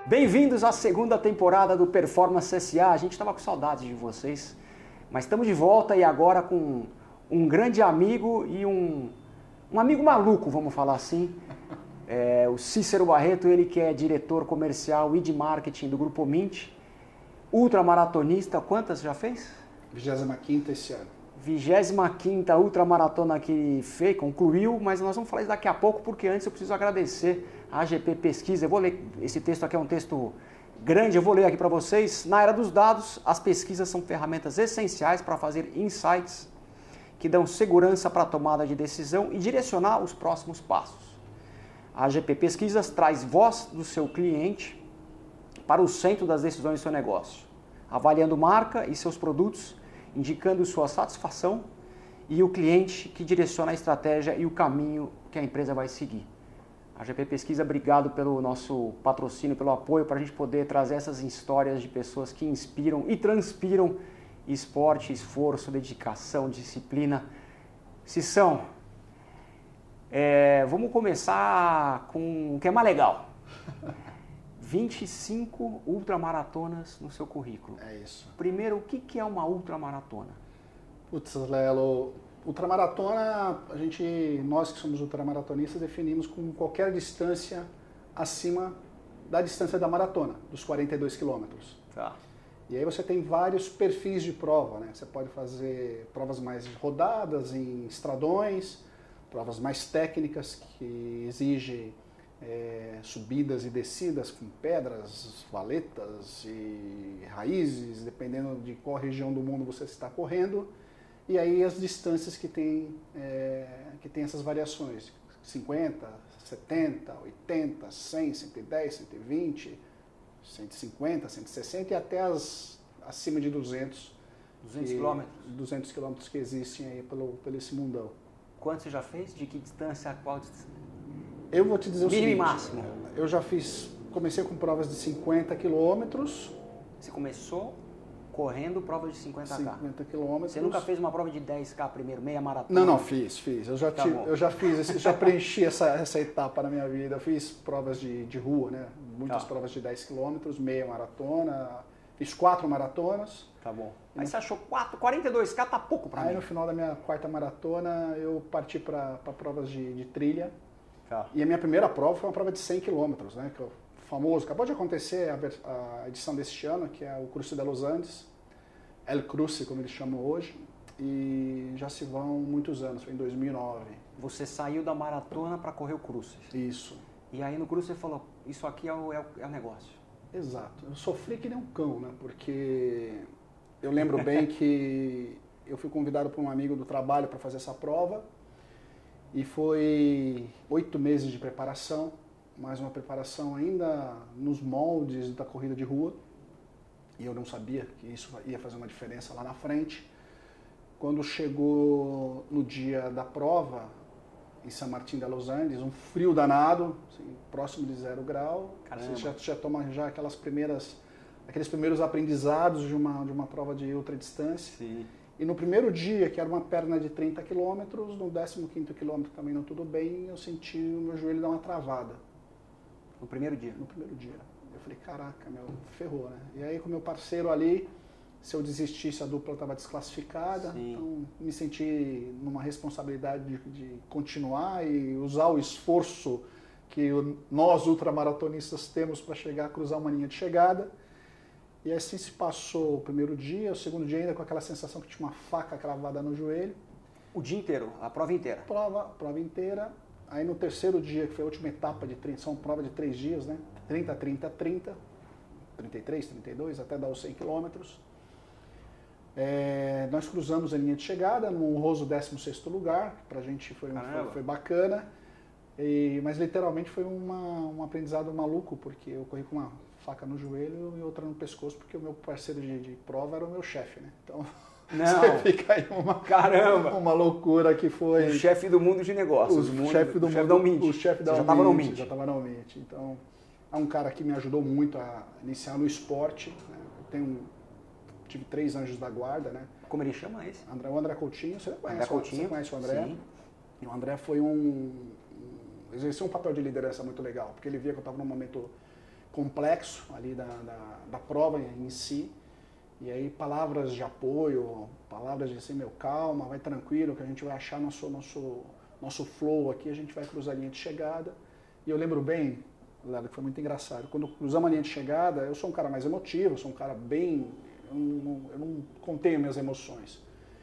Bem-vindos à segunda temporada do Performance SA. A gente estava com saudades de vocês, mas estamos de volta e agora com um grande amigo e um amigo maluco, vamos falar assim. O Cícero Barreto, ele que é diretor comercial e de marketing do Grupo Mint, ultramaratonista. Quantas já fez? 25ª esse ano. 25ª ultramaratona que fez, concluiu, mas nós vamos falar isso daqui a pouco, porque antes eu preciso agradecer a AGP Pesquisa. Eu vou ler, esse texto aqui é um texto grande, eu vou ler aqui para vocês. Na era dos dados, as pesquisas são ferramentas essenciais para fazer insights que dão segurança para a tomada de decisão e direcionar os próximos passos. A AGP Pesquisas traz voz do seu cliente para o centro das decisões do seu negócio, avaliando marca e seus produtos, indicando sua satisfação e o cliente que direciona a estratégia e o caminho que a empresa vai seguir. A AGP Pesquisa, obrigado pelo nosso patrocínio, pelo apoio para a gente poder trazer essas histórias de pessoas que inspiram e transpiram esporte, esforço, dedicação, disciplina. Cição, vamos começar com o que é mais legal. 25 ultramaratonas no seu currículo. É isso. Primeiro, o que é uma ultramaratona? Putz, Lelo, ultramaratona, nós que somos ultramaratonistas, definimos como qualquer distância acima da distância da maratona, dos 42 quilômetros. Tá. E aí você tem vários perfis de prova, né? Você pode fazer provas mais rodadas em estradões, provas mais técnicas que exigem subidas e descidas com pedras, valetas e raízes, dependendo de qual região do mundo você está correndo. E aí as distâncias que tem essas variações, 50, 70, 80, 100, 110, 120, 150, 160 e até acima de 200 quilômetros. 200 quilômetros que existem aí pelo esse mundão. Quanto você já fez? De que distância a qual distância? Eu vou te dizer o seguinte. Mínimo e máximo. Eu já comecei com provas de 50 quilômetros. Você começou correndo provas de 50K. 50 quilômetros. Você nunca fez uma prova de 10K primeiro, meia maratona? Não, fiz. Eu já fiz, já preenchi essa etapa na minha vida. Eu fiz provas de rua, né? Muitas provas de 10 quilômetros, meia maratona. Fiz 4 maratonas. Tá bom. Aí você achou 42K tá pouco pra mim. Aí no final da minha 4ª maratona eu parti para provas de trilha. Tá. E a minha primeira prova foi uma prova de 100 quilômetros, né? Que é o famoso. Acabou de acontecer a edição deste ano, que é o Cruce de los Andes. El Cruce, como eles chamam hoje. E já se vão muitos anos, foi em 2009. Você saiu da maratona para correr o Cruce. Isso. E aí no Cruce você falou, isso aqui é o negócio. Exato. Eu sofri que nem um cão, né? Porque eu lembro bem que eu fui convidado por um amigo do trabalho para fazer essa prova. E foi 8 meses de preparação, mais uma preparação ainda nos moldes da corrida de rua. E eu não sabia que isso ia fazer uma diferença lá na frente. Quando chegou no dia da prova, em San Martín de los Andes, um frio danado, assim, próximo de 0 grau. Caramba. Você já toma aqueles primeiros aprendizados de uma prova de ultradistância. Sim. E no primeiro dia, que era uma perna de 30 quilômetros, no 15º quilômetro também não tudo bem, eu senti o meu joelho dar uma travada. No primeiro dia? No primeiro dia. Eu falei, caraca, ferrou, né? E aí com o meu parceiro ali, se eu desistisse a dupla estava desclassificada. Sim. Então me senti numa responsabilidade de continuar e usar o esforço que nós ultramaratonistas temos para chegar a cruzar uma linha de chegada. E assim se passou o primeiro dia, o segundo dia ainda com aquela sensação que tinha uma faca cravada no joelho. O dia inteiro, a prova inteira? Prova inteira. Aí no terceiro dia, que foi a última etapa de 30, são prova de 3 dias, né? 30, 30, 30, 33, 32, até dar os 100 quilômetros. Nós cruzamos a linha de chegada num honroso 16º lugar, que pra gente foi bacana. Mas literalmente foi um aprendizado maluco, porque eu corri com uma faca no joelho e outra no pescoço, porque o meu parceiro de prova era o meu chefe, né? Então, você fica aí uma loucura que foi... O chefe do mundo de negócios. O chefe da Mint. O chefe da já estava no Mint. Já estava no Mint. Então, é um cara que me ajudou muito a iniciar no esporte. Né? Tive 3 anjos da guarda, né? Como ele chama esse? O André Coutinho. Você conhece, André Coutinho. Você conhece o André? Sim. E o André foi exerceu um papel de liderança muito legal, porque ele via que eu estava num momento complexo ali da prova em si. E aí palavras de apoio, palavras de assim, meu, calma, vai tranquilo, que a gente vai achar nosso flow aqui, a gente vai cruzar a linha de chegada. E eu lembro bem, Léo, que foi muito engraçado, quando cruzamos a linha de chegada, eu sou um cara mais emotivo, eu sou um cara bem... Eu não contenho minhas emoções.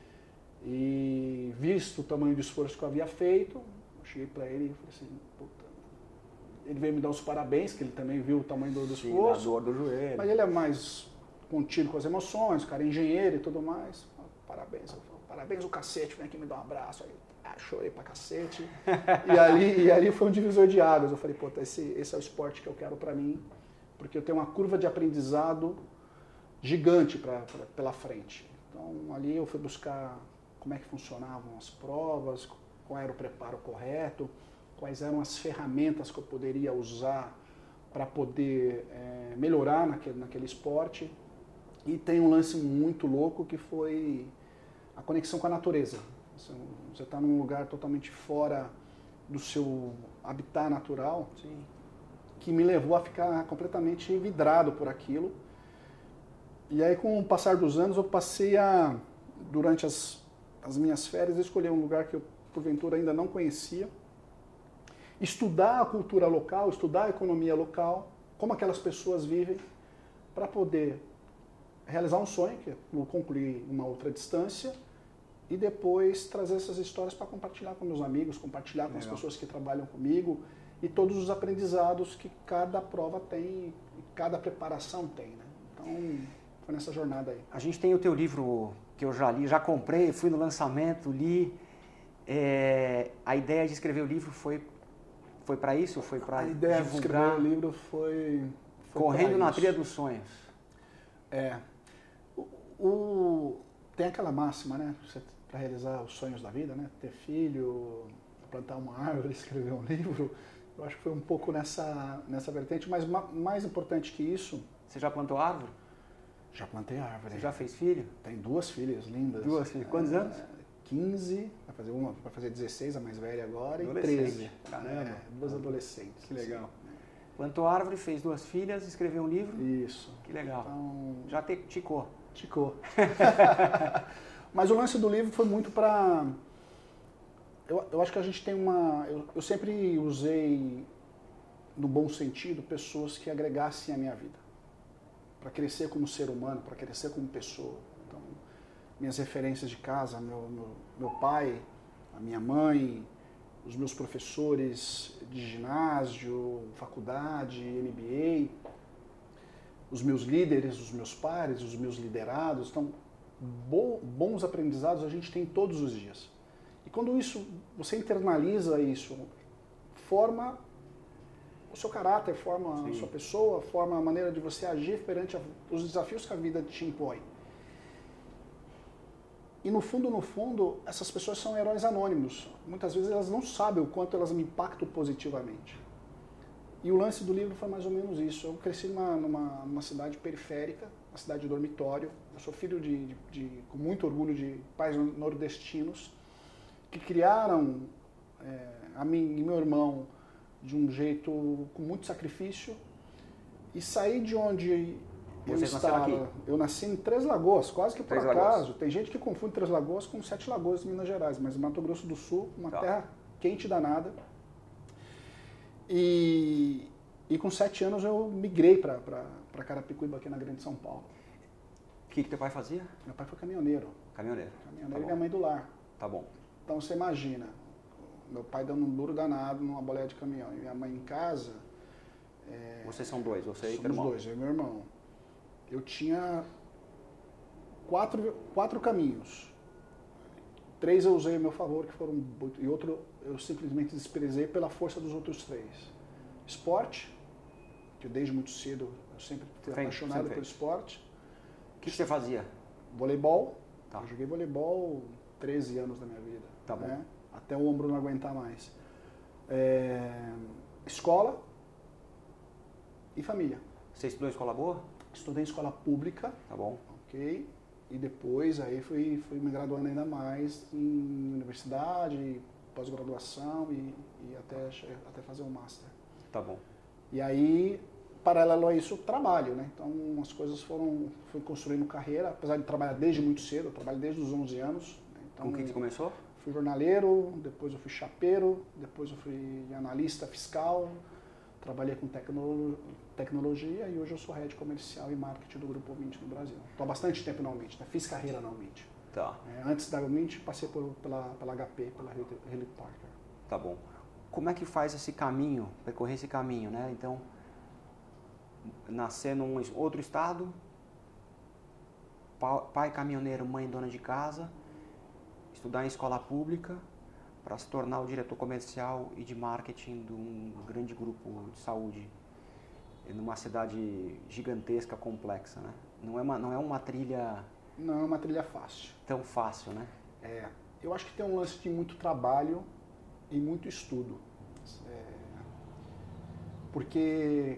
E visto o tamanho do esforço que eu havia feito, eu cheguei para ele e falei assim, puta... Ele veio me dar os parabéns, que ele também viu o tamanho do esforço. Sim, a dor do joelho. Mas ele é mais contido com as emoções, o cara é engenheiro e tudo mais. Parabéns, eu falo, parabéns o cacete, vem aqui me dar um abraço. Aí, chorei pra cacete. e ali foi um divisor de águas. Eu falei, pô, esse é o esporte que eu quero pra mim, porque eu tenho uma curva de aprendizado gigante pela frente. Então ali eu fui buscar como é que funcionavam as provas, qual era o preparo correto, quais eram as ferramentas que eu poderia usar para poder melhorar naquele esporte. E tem um lance muito louco que foi a conexão com a natureza. Você está num lugar totalmente fora do seu habitat natural. Sim. Que me levou a ficar completamente vidrado por aquilo. E aí, com o passar dos anos, eu passei a, durante as minhas férias, escolher um lugar que eu, porventura, ainda não conhecia, estudar a cultura local, estudar a economia local, como aquelas pessoas vivem, para poder realizar um sonho, que é concluir uma outra distância, e depois trazer essas histórias para compartilhar com meus amigos, compartilhar com as pessoas que trabalham comigo, e todos os aprendizados que cada prova tem, cada preparação tem, né? Então, foi nessa jornada aí. A gente tem o teu livro que eu já li, já comprei, fui no lançamento, li. A ideia de escrever o livro foi para isso? Foi para divulgar? A ideia de escrever o livro foi Correndo na Trilha dos Sonhos. Tem aquela máxima, né? Para realizar os sonhos da vida, né? Ter filho, plantar uma árvore, escrever um livro. Eu acho que foi um pouco nessa vertente, mas mais importante que isso... Você já plantou árvore? Já plantei árvore. Você já fez filho? Tem 2 filhas lindas. 2 filhas. Quantos anos? 15, vai fazer 16, a mais velha agora, e 13. Caramba. 2 adolescentes. Que legal. Plantou árvore, fez 2 filhas, escreveu um livro. Isso. Que legal. Então, já ticou. Ticou. Mas o lance do livro foi muito para... Eu acho que a gente tem uma... Eu sempre usei, no bom sentido, pessoas que agregassem a minha vida. Para crescer como ser humano, para crescer como pessoa. Então, minhas referências de casa, meu pai, a minha mãe, os meus professores de ginásio, faculdade, MBA, os meus líderes, os meus pares, os meus liderados. Então, bons aprendizados a gente tem todos os dias. E quando você internaliza isso, forma o seu caráter, forma a sua pessoa, forma a maneira de você agir perante os desafios que a vida te impõe. E no fundo, essas pessoas são heróis anônimos. Muitas vezes elas não sabem o quanto elas me impactam positivamente. E o lance do livro foi mais ou menos isso. Eu cresci numa cidade periférica, uma cidade de dormitório. Eu sou filho com muito orgulho de pais nordestinos que criaram a mim e meu irmão de um jeito com muito sacrifício, e saí de onde eu estava. Eu nasci em Três Lagoas, quase que por acaso. Tem gente que confunde Três Lagoas com Sete Lagoas, Minas Gerais, mas Mato Grosso do Sul, uma terra quente danada. E com 7 anos eu migrei para Carapicuíba, aqui na Grande São Paulo. O que teu pai fazia? Meu pai foi caminhoneiro. Caminhoneiro. Caminhoneiro e minha mãe do lar. Tá bom. Então você imagina, meu pai dando um duro danado numa boleia de caminhão e minha mãe em casa. Vocês são 2, você e teu irmão? Somos 2, eu e meu irmão. Eu tinha 4 caminhos. 3 eu usei a meu favor, que foram, e outro eu simplesmente desprezei pela força dos outros 3. Esporte, que desde muito cedo eu sempre fui apaixonado por esporte. O que você fazia? Voleibol. Eu joguei voleibol 13 anos da minha vida. Tá bom. Né? Até o ombro não aguentar mais. Escola e família. Você estudou em escola boa? Estudei em escola pública. Tá bom. Ok. E depois aí fui me graduando ainda mais em universidade, pós-graduação e até fazer um master. Tá bom. E aí, paralelo a isso, trabalho, né? Então as coisas fui construindo carreira, apesar de trabalhar desde muito cedo, eu trabalho desde os 11 anos. Né? Então, Com o que você começou? Fui jornaleiro, depois eu fui chapeiro, depois eu fui analista fiscal, trabalhei com tecnologia e hoje eu sou head comercial e marketing do Grupo Mint no Brasil. Estou há bastante tempo na Mint, né? Fiz carreira na Mint. Tá. Antes da Mint, passei pela HP, pela Hewlett Packard. Tá bom. Como é que faz esse caminho, percorrer esse caminho, né? Então, nascer num outro estado, pai caminhoneiro, mãe dona de casa, estudar em escola pública para se tornar o diretor comercial e de marketing de um grande grupo de saúde numa cidade gigantesca, complexa, né? Não é uma trilha... Não é uma trilha fácil. Tão fácil, né? Eu acho que tem um lance de muito trabalho e muito estudo. Porque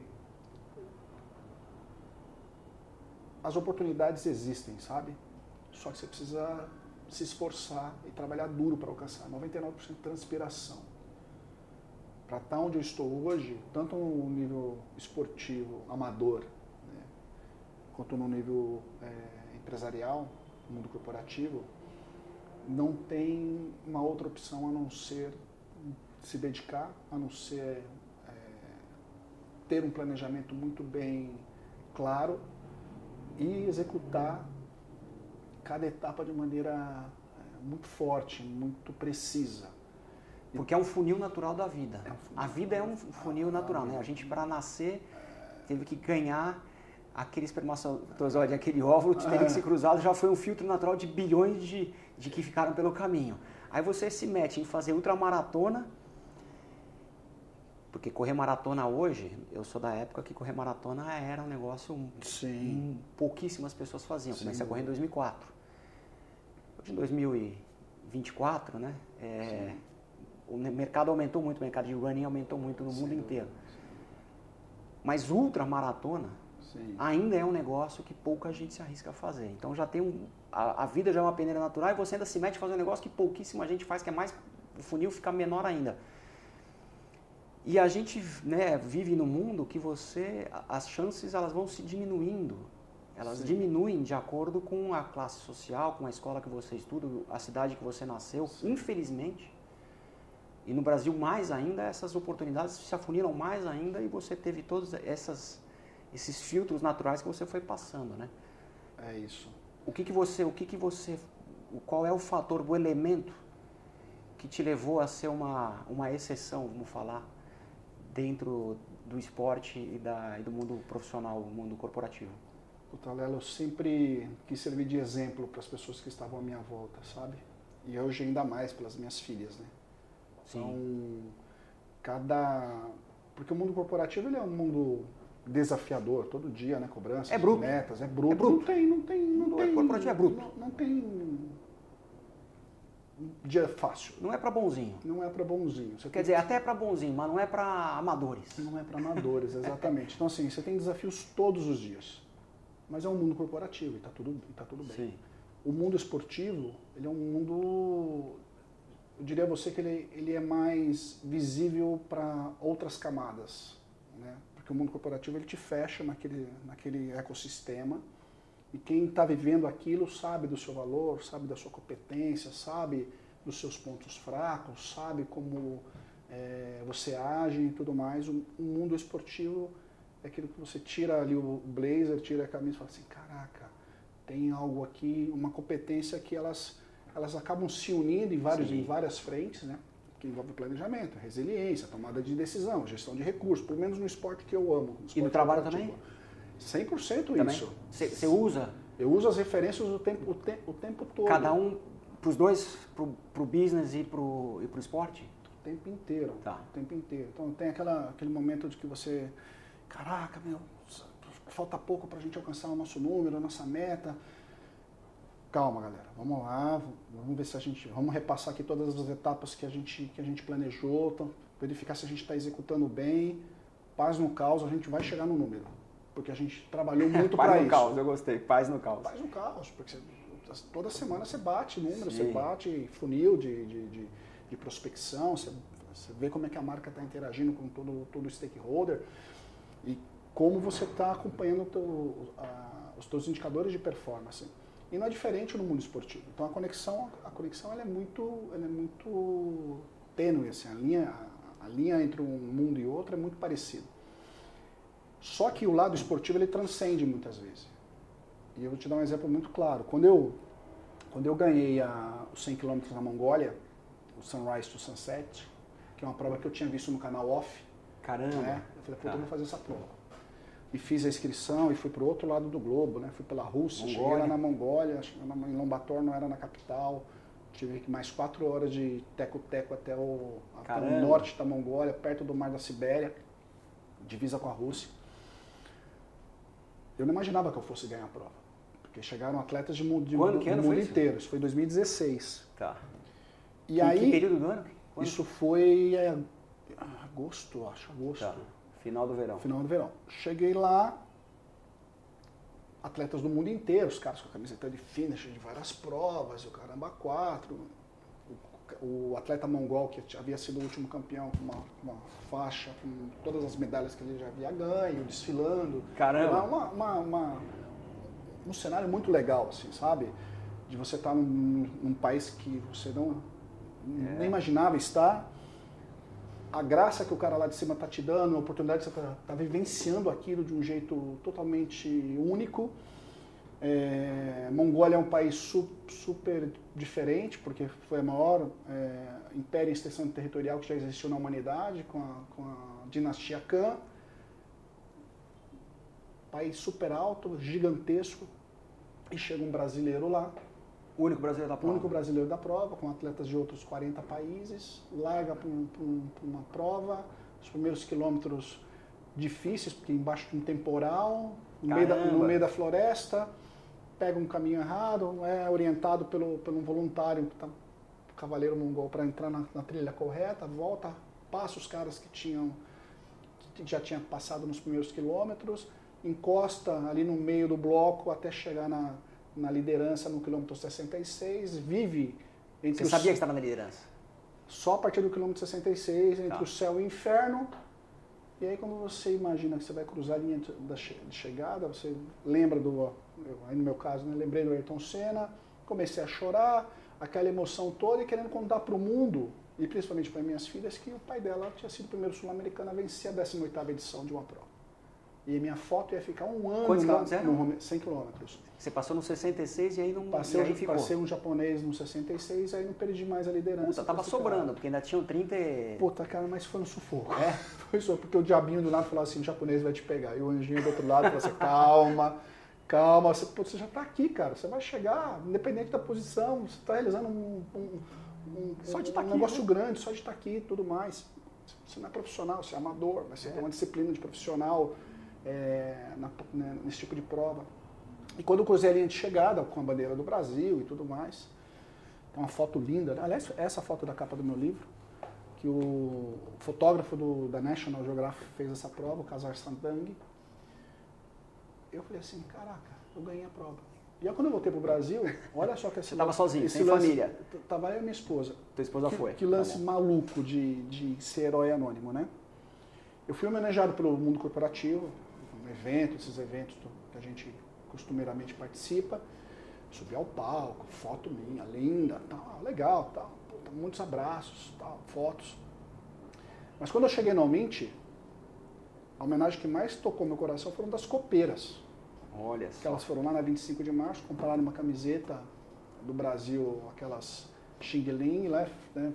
as oportunidades existem, sabe? Só que você precisa se esforçar e trabalhar duro para alcançar. 99% de transpiração. Para estar onde eu estou hoje, tanto no nível esportivo, amador, né, quanto no nível empresarial, no mundo corporativo, não tem uma outra opção a não ser se dedicar, a não ser ter um planejamento muito bem claro e executar cada etapa de maneira muito forte, muito precisa. Porque é um funil natural da vida. A vida é um funil natural, né? A gente, para nascer, teve que ganhar aquele espermatozoide, aquele óvulo que teve que ser cruzado, já foi um filtro natural de bilhões de que ficaram pelo caminho. Aí você se mete em fazer ultramaratona, porque correr maratona hoje, eu sou da época que correr maratona era um negócio pouquíssimas pessoas faziam. Comecei a correr em 2004. Hoje em 2024, né? O mercado aumentou muito, o mercado de running aumentou muito no mundo inteiro. Mas ultramaratona ainda é um negócio que pouca gente se arrisca a fazer. Então já tem a vida já é uma peneira natural e você ainda se mete a fazer um negócio que pouquíssima gente faz, que é mais, o funil fica menor ainda. E a gente, né, vive num mundo que as chances elas vão se diminuindo. Elas diminuem de acordo com a classe social, com a escola que você estuda, a cidade que você nasceu. Infelizmente, e no Brasil mais ainda, essas oportunidades se afuniram mais ainda e você teve todos esses filtros naturais que você foi passando, né? É isso. Qual é o fator, o elemento que te levou a ser uma exceção, vamos falar, dentro do esporte e do mundo profissional, do mundo corporativo? O Talela, eu sempre quis servir de exemplo para as pessoas que estavam à minha volta, sabe? E hoje ainda mais pelas minhas filhas, né? Então, porque o mundo corporativo ele é um mundo desafiador, todo dia, né? Cobranças, metas, é bruto. Não tem corporativo é bruto. Não tem dia fácil. Não é para bonzinho. Não é para bonzinho. Quer dizer, até é para bonzinho, mas não é para amadores. Não é para amadores, exatamente. Então, assim, você tem desafios todos os dias. Mas é um mundo corporativo e tá tudo bem. Sim. O mundo esportivo, ele é um mundo, eu diria a você que ele é mais visível para outras camadas, né? Porque o mundo corporativo ele te fecha naquele ecossistema e quem está vivendo aquilo sabe do seu valor, sabe da sua competência, sabe dos seus pontos fracos, sabe como você age e tudo mais. O mundo esportivo é aquilo que você tira ali o blazer, tira a camisa e fala assim, caraca, tem algo aqui, uma competência que elas acabam se unindo em várias frentes, né? Que envolve planejamento, resiliência, tomada de decisão, gestão de recursos, pelo menos no esporte que eu amo. E no trabalho também? 100% também? isso. Você usa? Eu uso as referências o tempo todo. Cada um, para os dois, para o business e para o esporte? O tempo inteiro. Tá. O tempo inteiro. Então tem aquele momento de que você, caraca, falta pouco para a gente alcançar o nosso número, a nossa meta. Calma, galera, vamos lá, vamos ver se vamos repassar aqui todas as etapas que a gente planejou, então, verificar se a gente está executando bem, paz no caos, a gente vai chegar no número, porque a gente trabalhou muito para isso. Paz no caos, eu gostei, paz no caos. Paz no caos, porque toda semana você bate número, você bate funil de prospecção, você vê como é que a marca está interagindo com todo o stakeholder, e como você está acompanhando os teus indicadores de performance. E não é diferente no mundo esportivo. Então a conexão ela é muito tênue, assim, a linha entre um mundo e outro é muito parecida. Só que o lado esportivo ele transcende muitas vezes. E eu vou te dar um exemplo muito claro. Quando eu ganhei os 100 km na Mongólia, o Sunrise to Sunset, que é uma prova que eu tinha visto no canal Off. Caramba! Né? Eu falei, eu vou fazer essa prova. E fiz a inscrição e fui para o outro lado do globo, né? Fui pela Rússia, Mongólia. Cheguei lá na Mongólia, em Ula'n Bator, não era na capital. Tive mais 4 horas de teco-teco até o norte da Mongólia, perto do Mar da Sibéria, divisa com a Rússia. Eu não imaginava que eu fosse ganhar a prova, porque chegaram atletas do mundo inteiro. Isso foi em 2016. Tá. E aí, que período do ano? Quando? Isso foi agosto, acho, agosto. Tá. Final do verão. Final do verão. Cheguei lá, atletas do mundo inteiro, os caras com a camiseta de finish de várias provas, o caramba 4. O atleta mongol, que havia sido o último campeão, com uma faixa, com todas as medalhas que ele já havia ganho, desfilando. Caramba! Um cenário muito legal, assim, sabe? De você estar num país que você nem imaginava estar. A graça que o cara lá de cima está te dando, a oportunidade de você estar vivenciando aquilo de um jeito totalmente único. Mongólia é um país super diferente, porque foi o maior império em extensão territorial que já existiu na humanidade, com a dinastia Khan. País super alto, gigantesco, e chega um brasileiro lá. O único brasileiro da prova. O único brasileiro da prova, com atletas de outros 40 países, larga para uma prova, os primeiros quilômetros difíceis, porque embaixo de um temporal, no meio da floresta, pega um caminho errado, é orientado pelo voluntário, cavaleiro mongol, para entrar na trilha correta, volta, passa os caras que já tinham passado nos primeiros quilômetros, encosta ali no meio do bloco até chegar na liderança no quilômetro 66, vive entre Você sabia que estava na liderança? Só a partir do quilômetro 66, entre o céu e o inferno. E aí quando você imagina que você vai cruzar a linha de chegada, você lembra aí no meu caso, né, lembrei do Ayrton Senna, comecei a chorar, aquela emoção toda e querendo contar para o mundo, e principalmente para minhas filhas, que o pai dela tinha sido o primeiro sul-americano a vencer a 18ª edição de uma prova. E a minha foto ia ficar um ano. Quantos quilômetros eram? 100 quilômetros. Você passou no 66 e aí não ficou. Passei um japonês no 66, aí não perdi mais a liderança. Puta, tava sobrando, porque ainda tinham 30 e... Puta, cara, mas foi um sufoco. Foi só porque o diabinho do lado falava assim, o japonês vai te pegar. E o anjinho do outro lado falou assim, calma, você já tá aqui, cara. Você vai chegar, independente da posição, você tá realizando um negócio grande, só de estar aqui e tudo mais. Você não é profissional, você é amador, mas você tem uma disciplina de profissional nesse tipo de prova. E quando eu cruzei a linha de chegada, com a bandeira do Brasil e tudo mais, tem uma foto linda, né? Aliás, essa foto da capa do meu livro, que o fotógrafo da National Geographic fez essa prova, o Kazar Sandang. Eu falei assim, caraca, eu ganhei a prova. E aí quando eu voltei pro Brasil, olha só que Você estava sozinho, sem família? Tava eu e minha esposa. Tua esposa foi? Que lance maluco de ser herói anônimo, né? Eu fui homenageado pelo mundo corporativo, esses eventos que a gente costumeiramente participa. Subi ao palco, foto minha, linda, tal, legal, tal, muitos abraços, tal, fotos. Mas quando eu cheguei no Alminte, a homenagem que mais tocou meu coração foram das copeiras. Olha só. Que elas foram lá na 25 de março, compraram uma camiseta do Brasil, aquelas Xing Ling, né,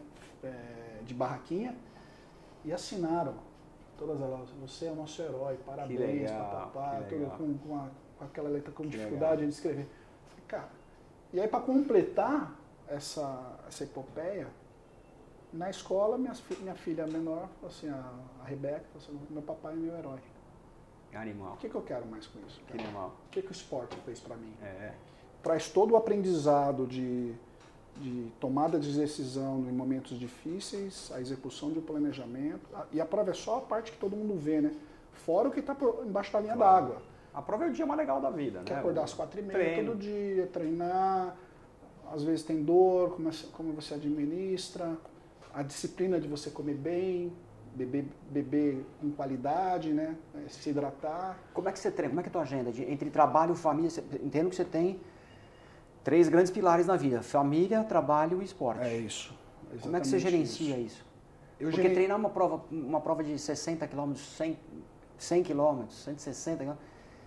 de barraquinha, e assinaram. Todas elas, você é o nosso herói, parabéns, papapá, com aquela letra com dificuldade de escrever. Falei, cara, e aí para completar essa epopeia, na escola, minha filha menor, assim, a Rebeca, falou assim, meu papai é meu herói. Animal. O que eu quero mais com isso? Que animal. O que o esporte fez para mim? Traz todo o aprendizado de tomada de decisão em momentos difíceis, a execução de um planejamento, e a prova é só a parte que todo mundo vê, né? Fora o que está embaixo da linha d'água. A prova é o dia mais legal da vida, que né? Acordar às 4h30 todo dia, treinar, às vezes tem dor, como você administra, a disciplina de você comer bem, beber com qualidade, né? Se hidratar. Como é que você treina? Como é que é a tua agenda? Entre trabalho e família, entendo que você tem 3 grandes pilares na vida: família, trabalho e esporte. É isso. Como é que você gerencia isso? Porque treinar uma prova de 60 km, 100 km, 160 km,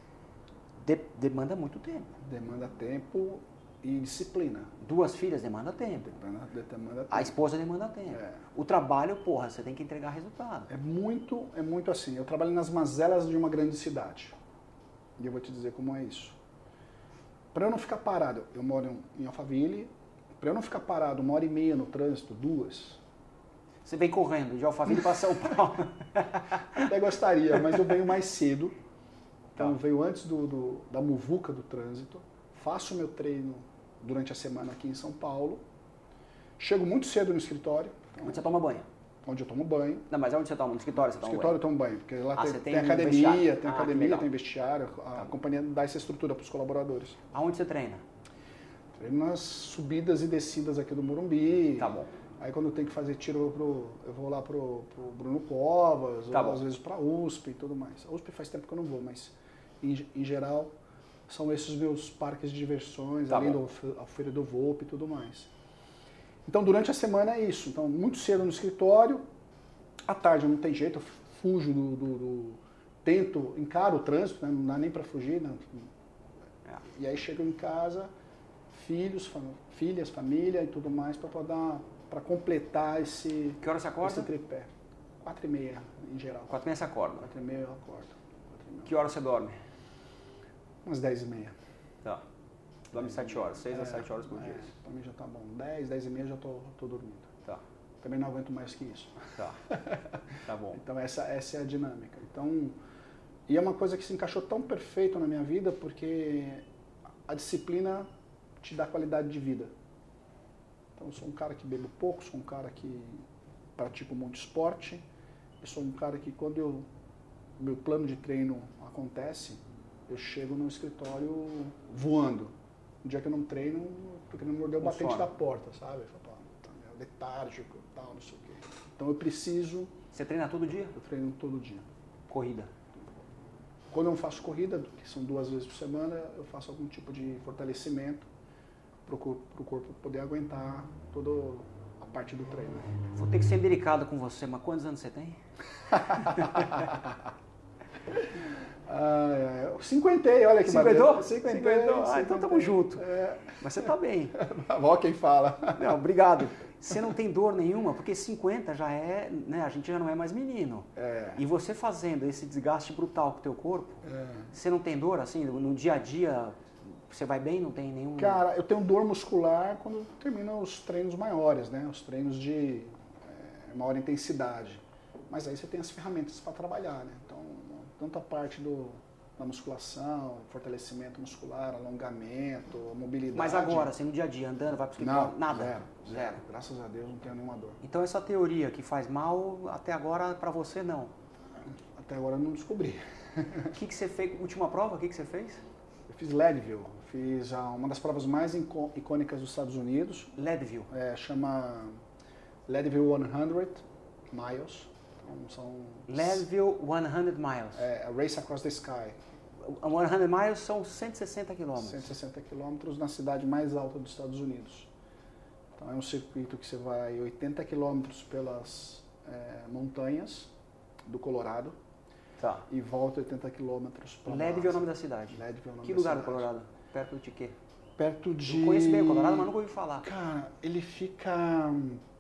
demanda muito tempo. Demanda tempo e disciplina. 2 filhas demanda tempo. Demanda tempo. A esposa demanda tempo. O trabalho, porra, você tem que entregar resultado. É muito assim. Eu trabalho nas mazelas de uma grande cidade. E eu vou te dizer como é isso. Para eu não ficar parado, eu moro em Alphaville, para eu não ficar parado 1h30 no trânsito, 2. Você vem correndo de Alphaville para São Paulo. Até gostaria, mas eu venho mais cedo. Então eu venho antes da muvuca do trânsito, faço meu treino durante a semana aqui em São Paulo, chego muito cedo no escritório. Onde você toma banho? Onde eu tomo banho. Não, mas onde você toma? No escritório você toma banho? No escritório eu tomo banho, porque lá tem academia, tem vestiário, a companhia dá essa estrutura para os colaboradores. Aonde você treina? Treino nas subidas e descidas aqui do Morumbi. Tá bom. Aí quando eu tenho que fazer tiro, eu vou lá pro Bruno Covas, ou às vezes pra USP e tudo mais. A USP faz tempo que eu não vou, mas em geral são esses meus parques de diversões, além da Feira do Volpe e tudo mais. Então durante a semana é isso. Então muito cedo no escritório, à tarde não tem jeito, eu fujo tento, encaro o trânsito, né? Não dá nem pra fugir. Né? E aí chego em casa, filhas, família e tudo mais, para completar esse... Que hora você acorda? Esse tripé. 4h30 em geral. 4h30 você acorda? 4h30 eu acordo. Que hora você dorme? Umas 10h30. Tá. Dorme 7 horas, 6 a 7 horas por dia. Pra mim já tá bom. 10h30 já tô dormindo. Tá. Também não aguento mais que isso. Tá. Tá bom. Então essa é a dinâmica. Então, e é uma coisa que se encaixou tão perfeito na minha vida, porque a disciplina te dá qualidade de vida. Então eu sou um cara que bebo pouco, sou um cara que pratico muito esporte, eu sou um cara que quando o meu plano de treino acontece, eu chego no escritório voando. Um dia que eu não treino, porque não mordeu o batente da porta, sabe? Eu falo, é letárgico e tal, não sei o quê. Então eu preciso... Você treina todo dia? Eu treino todo dia. Corrida? Quando eu não faço corrida, que são 2 vezes por semana, eu faço algum tipo de fortalecimento para o corpo poder aguentar toda a parte do treino. Vou ter que ser delicado com você, mas quantos anos você tem? 50, olha que maravilha. 50. Então estamos juntos. Mas você tá bem. Ó quem fala. Não, obrigado. Você não tem dor nenhuma, porque 50 já é, né, a gente já não é mais menino. E você fazendo esse desgaste brutal com o teu corpo, você não tem dor assim, no dia a dia, você vai bem, não tem nenhum... Cara, eu tenho dor muscular quando termino os treinos maiores, né, os treinos de maior intensidade. Mas aí você tem as ferramentas para trabalhar, né, então tanto a parte da musculação, fortalecimento muscular, alongamento, mobilidade. Mas agora, assim, no dia a dia, andando, vai para o escritório? Nada? Zero. Graças a Deus não tenho nenhuma dor. Então essa teoria que faz mal, até agora, para você, não? Até agora eu não descobri. O que você fez? Última prova, o que você fez? Eu fiz Leadville. Fiz uma das provas mais icônicas dos Estados Unidos. Leadville? Chama Leadville 100 Miles. Então, são... Leadville 100 Miles. A Race Across the Sky. 100 miles são 160 quilômetros. 160 quilômetros na cidade mais alta dos Estados Unidos. Então é um circuito que você vai 80 quilômetros pelas montanhas do Colorado. Tá. E volta 80 quilômetros para Leadville é o nome da cidade. Leadville é o nome que da lugar cidade. do Colorado? Perto de quê? Perto de... Eu conheço bem o Colorado, mas nunca ouvi falar. Cara, ele fica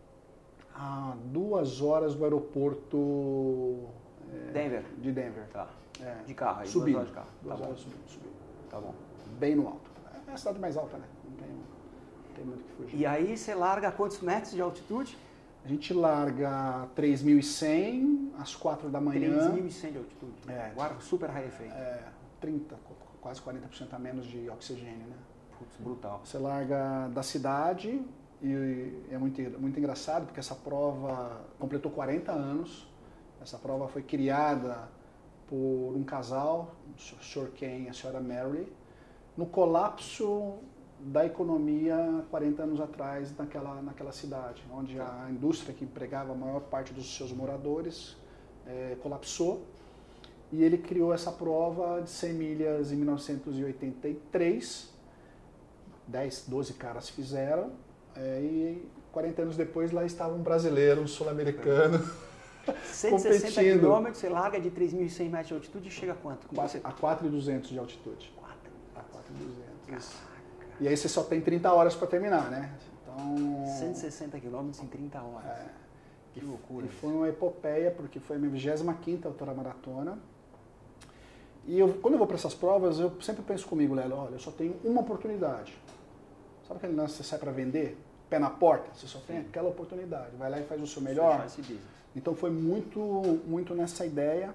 a 2 horas do aeroporto... Denver? De Denver. Tá. De carro aí, subindo. 2 horas de carro. 2 horas subindo. Tá bom. Bem no alto. É a cidade mais alta, né? Não tem muito o que fugir. E aí você larga quantos metros de altitude? A gente larga 3.100 às 4 da manhã. 3.100 de altitude. Super rarefeito. 30, quase 40% a menos de oxigênio, né? Putz, brutal. Você larga da cidade e é muito engraçado porque essa prova completou 40 anos. Essa prova foi criada por um casal, o Sr. Ken e a Sra. Mary, no colapso da economia 40 anos atrás naquela cidade, onde a indústria que empregava a maior parte dos seus moradores colapsou. E ele criou essa prova de 100 milhas em 1983. 12 caras fizeram. E 40 anos depois lá estava um brasileiro, um sul-americano, 160 quilômetros, você larga de 3.100 metros de altitude e chega a quanto? A 4.200 de altitude. 4.200. E aí você só tem 30 horas para terminar, né? Então, 160 quilômetros em 30 horas. Que loucura. E foi uma epopeia, porque foi a minha 25ª ultramaratona. E quando eu vou para essas provas, eu sempre penso comigo, Lelo, olha, eu só tenho uma oportunidade. Sabe aquele lance que você sai para vender? Pé na porta? Você só tem aquela oportunidade. Vai lá e faz o seu melhor. Então foi muito nessa ideia.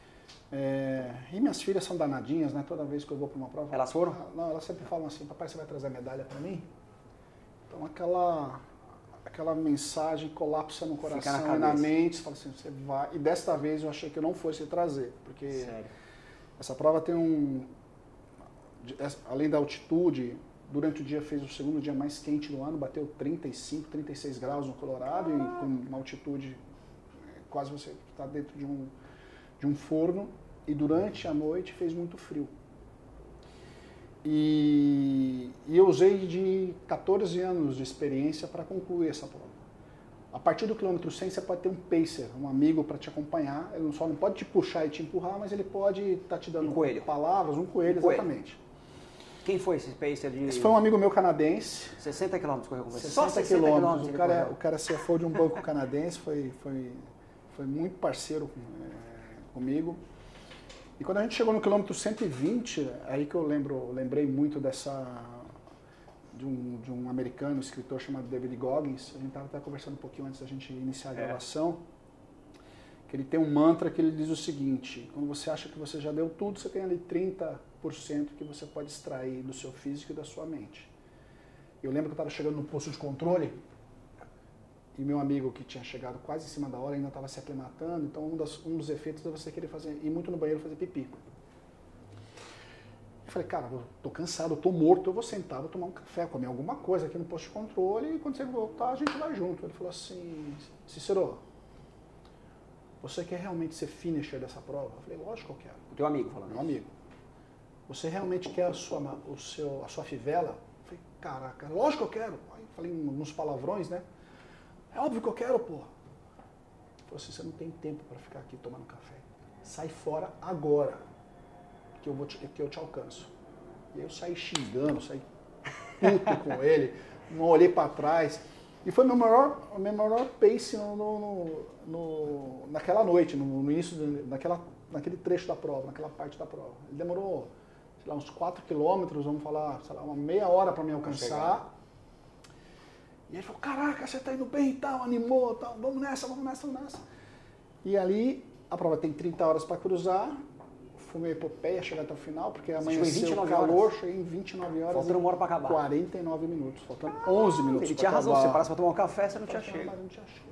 E minhas filhas são danadinhas, né? Toda vez que eu vou para uma prova... Elas foram? Não, elas sempre falam assim, papai, você vai trazer a medalha para mim? Então aquela mensagem colapsa no coração e na mente. Você fala assim, você vai... E desta vez eu achei que eu não fosse trazer. Porque sério? Essa prova tem além da altitude, durante o dia fez o segundo dia mais quente do ano, bateu 35, 36 graus no Colorado, e com uma altitude quase você está dentro de um forno, e durante a noite fez muito frio. E eu usei de 14 anos de experiência para concluir essa prova. A partir do quilômetro 100 você pode ter um pacer, um amigo para te acompanhar, ele só não pode te puxar e te empurrar, mas ele pode estar te dando palavras, um coelho, exatamente. Quem foi esse pacer de... Esse foi um amigo meu canadense. 60 quilômetros correu com você? 60 quilômetros. O cara CFO de um banco canadense, foi muito parceiro comigo. E quando a gente chegou no quilômetro 120, aí que eu lembrei muito de um americano, um escritor chamado David Goggins. A gente estava até conversando um pouquinho antes da gente iniciar a gravação, que ele tem um mantra que ele diz o seguinte: quando você acha que você já deu tudo, você tem ali 30% que você pode extrair do seu físico e da sua mente. Eu lembro que eu estava chegando no posto de controle e meu amigo, que tinha chegado quase em cima da hora, ainda estava se aclimatando. Então um dos efeitos é você querer ir muito no banheiro fazer pipi. Eu falei, cara, eu tô cansado, eu tô morto, eu vou sentar, vou tomar um café, comer alguma coisa aqui no posto de controle, e quando você voltar a gente vai junto. Ele falou assim, Cícero, você quer realmente ser finisher dessa prova? Eu falei, lógico que eu quero. O teu amigo falando. Meu amigo. Você realmente quer a sua fivela? Eu falei, caraca, lógico que eu quero. Aí eu falei uns palavrões, né? É óbvio que eu quero, pô. Ele falou assim, você não tem tempo para ficar aqui tomando café. Sai fora agora, que eu te alcanço. E aí eu saí xingando, saí puto com ele, não olhei para trás. E foi meu maior pace naquela noite, no início, naquele trecho da prova, naquela parte da prova. Ele demorou, sei lá, uns 4 quilômetros, vamos falar, sei lá, uma meia hora para me alcançar. E ele falou, caraca, você tá indo bem e tal, animou, tal, vamos nessa. E ali, a prova tem 30 horas para cruzar, foi uma epopeia chegar até o final, porque amanheceu o calor, cheguei em 29 horas. Faltando uma hora para acabar. 49 minutos, faltando 11 minutos. Ele tinha razão, se você parasse para tomar um café, você não tinha chego. Não tinha chego.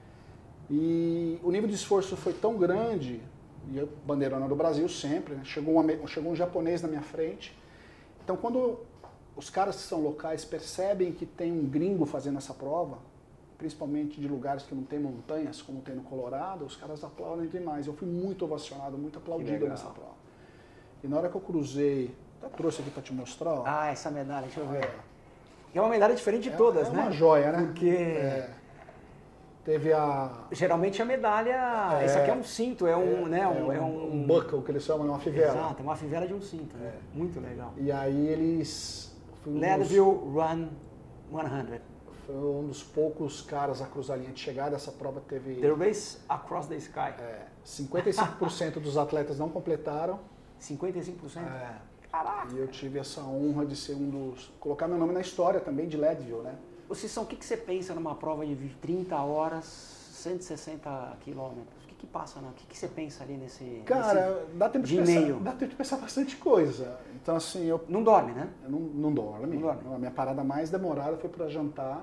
E o nível de esforço foi tão grande, e eu, bandeirona do Brasil sempre, né? Chegou um japonês na minha frente. Então quando os caras que são locais percebem que tem um gringo fazendo essa prova, principalmente de lugares que não tem montanhas, como tem no Colorado, os caras aplaudem demais. Eu fui muito ovacionado, muito aplaudido nessa prova. E na hora que eu cruzei, eu trouxe aqui para te mostrar. Ó. Ah, essa medalha, deixa eu ver. É uma medalha diferente de todas, né? É uma joia, né? Porque teve a... Geralmente a medalha, esse aqui é um cinto, um buckle, que eles chamam, é uma fivela. Exato, é uma fivela de um cinto, né? Muito legal. E aí eles... Leadville Run 100. Foi um dos poucos caras a cruzar a linha de chegada. Essa prova teve... The Race Across the Sky. 55% dos atletas não completaram. 55%? Caraca! E eu tive essa honra de ser colocar meu nome na história também de Leadville, né? Ô Cissão, o que você pensa numa prova de 30 horas, 160 quilômetros? O que passa, o que você pensa ali nesse... Cara, dá tempo de pensar bastante coisa. Então, assim, eu... Não dorme, né? Eu não dorme. A minha parada mais demorada foi para jantar.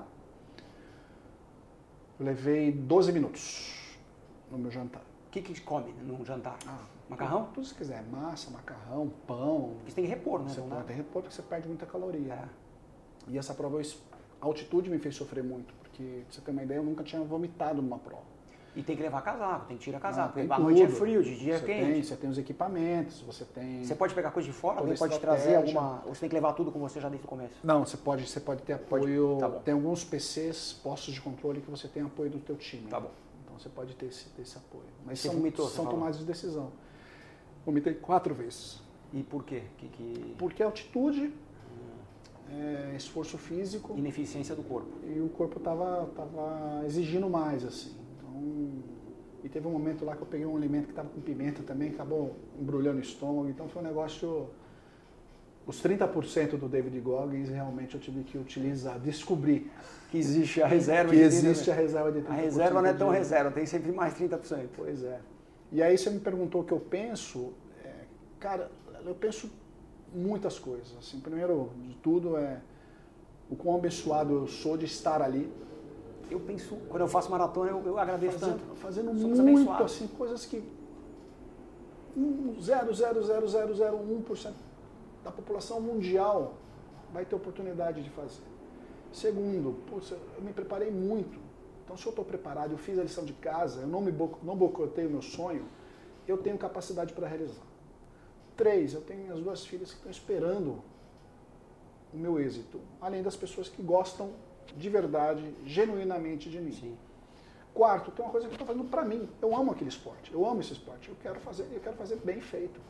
Eu levei 12 minutos no meu jantar. O que come num jantar? Macarrão? Tudo se quiser. Massa, macarrão, pão. Você tem que repor, né? Você tem que repor porque você perde muita caloria. E essa prova, a altitude me fez sofrer muito. Porque, pra você ter uma ideia, eu nunca tinha vomitado numa prova. E tem que levar casaco, tem que tirar casaco, Tem porque a tudo. noite é frio, de dia é Você quente. você tem os equipamentos, você tem... Você pode pegar coisa de fora, toda alguém pode estratégia. trazer alguma... Ou você tem que levar tudo com você já desde o começo? Não, você pode ter apoio... Tá bom. Tem alguns PCs, postos de controle, que você tem apoio do teu time. Tá bom. Então você pode ter esse apoio. Mas Você são, vomitou, você são falou? tomadas de decisão. Vomitei 4 vezes. E por quê? Porque altitude, esforço físico... Ineficiência do corpo. E o corpo tava exigindo mais, assim. Então... E teve um momento lá que eu peguei um alimento que estava com pimenta também, acabou embrulhando o estômago. Então foi um negócio... Os 30% do David Goggins realmente eu tive que utilizar, descobrir Que existe a reserva que de existe a reserva de 30%. A reserva não é tão de- reserva, tem sempre mais 30%. Pois é. E aí você me perguntou o que eu penso. Cara, eu penso muitas coisas. Assim, primeiro de tudo o quão abençoado eu sou de estar ali. Eu penso, quando eu faço maratona, eu agradeço tanto. Fazendo Somos muito, abençoados. assim, coisas que 0,00001% da população mundial vai ter oportunidade de fazer. Segundo, eu me preparei muito. Então, se eu estou preparado, eu fiz a lição de casa, eu não boicotei o meu sonho, eu tenho capacidade para realizar. 3, eu tenho minhas 2 filhas que estão esperando o meu êxito, além das pessoas que gostam de verdade, genuinamente de mim. Sim. 4, tem uma coisa que eu estou fazendo para mim. Eu amo aquele esporte, eu amo esse esporte, eu quero fazer bem feito.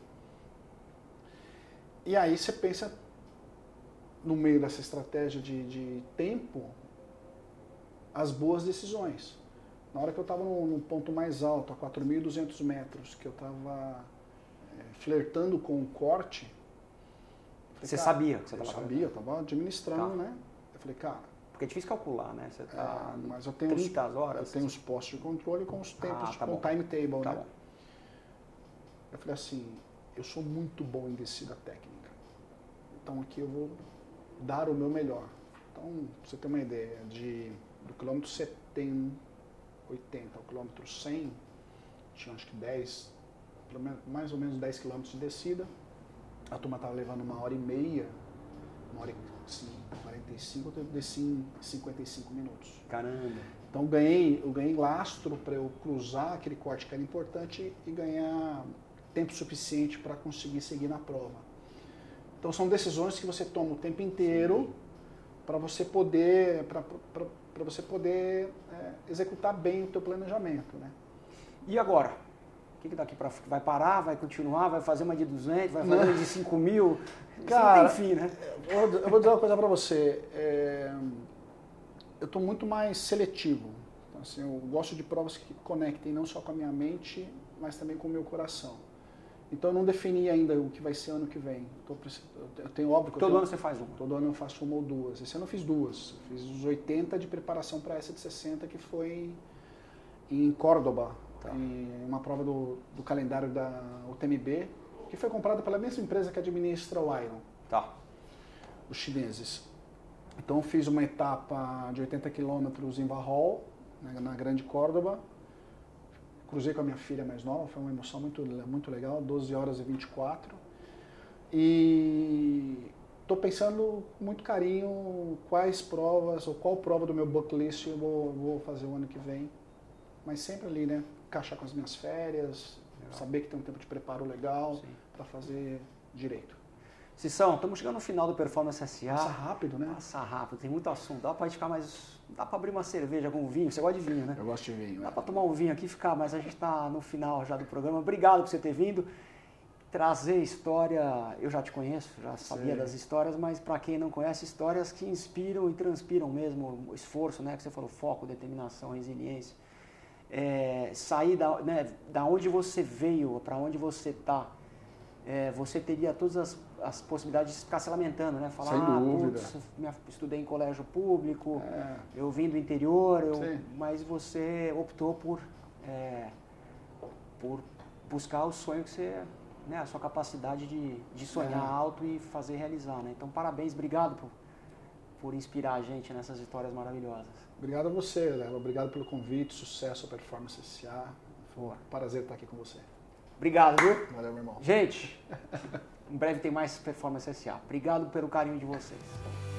E aí você pensa, no meio dessa estratégia de tempo, as boas decisões. Na hora que eu estava no ponto mais alto, a 4.200 metros, que eu estava flertando com o corte... Você sabia que você Eu estava sabia, eu estava administrando, Tá. né? Eu falei, cara... Porque é difícil calcular, né? Você tá mas eu tenho 30 horas. Eu tenho os postos de controle com os tempos, tá com o bom. timetable, Tá né? bom. Eu falei assim, eu sou muito bom em descida técnica. Então aqui eu vou dar o meu melhor. Então, pra você ter uma ideia, do quilômetro 70, 80 ao quilômetro 100, tinha acho que 10, pelo menos, mais ou menos 10 quilômetros de descida. A turma estava levando 1h30, 1h45, eu desci em 55 minutos. Caramba. Então eu ganhei lastro para eu cruzar aquele corte que era importante e ganhar tempo suficiente para conseguir seguir na prova. Então são decisões que você toma o tempo inteiro para você poder executar bem o teu planejamento, né? E agora? O que daqui para frente? Vai parar? Vai continuar? Vai fazer uma de 200? Vai fazer uma de 5.000? Cara, Isso não tem fim, né? Eu vou dizer uma coisa para você. Eu estou muito mais seletivo. Então, assim, eu gosto de provas que conectem não só com a minha mente, mas também com o meu coração. Então eu não defini ainda o que vai ser ano que vem. Eu tenho óbvio que Todo ano você faz uma? Todo ano eu faço uma ou duas. Esse ano eu fiz 2. Fiz os 80 de preparação para essa de 60, que foi em Córdoba, em uma prova do calendário da UTMB, que foi comprada pela mesma empresa que administra o Iron, Tá. os chineses. Então eu fiz uma etapa de 80 quilômetros em Warhol, na Grande Córdoba. Cruzei com a minha filha mais nova, foi uma emoção muito legal, 12 horas e 24. E estou pensando com muito carinho quais provas, ou qual prova do meu bucket list eu vou fazer o ano que vem. Mas sempre ali, né? Encaixar com as minhas férias, saber que tem um tempo de preparo legal para fazer direito. Cissão, estamos chegando no final do Performance SA. Passa rápido, né? Passa rápido, tem muito assunto. Dá para ficar mais... Dá para abrir uma cerveja com vinho. Você gosta de vinho, né? Eu gosto de vinho. Dá para tomar um vinho aqui e ficar, mas a gente está no final já do programa. Obrigado por você ter vindo. Trazer história, eu já te conheço, já sabia das histórias, mas para quem não conhece, histórias que inspiram e transpiram mesmo o esforço, né? Que você falou, foco, determinação, resiliência. Sair da onde você veio para onde você está. Você teria todas as possibilidades de ficar se lamentando, né? Falar, sem dúvida. Estudei em colégio público, eu vim do interior, mas você optou por buscar o sonho que você, né? A sua capacidade de sonhar alto e fazer realizar, né? Então, parabéns, obrigado por inspirar a gente nessas histórias maravilhosas. Obrigado a você, Léo. Obrigado pelo convite, sucesso à Performance SA. Foi um prazer estar aqui com você. Obrigado, viu? Valeu, meu irmão. Gente, em breve tem mais Performance SA. Obrigado pelo carinho de vocês.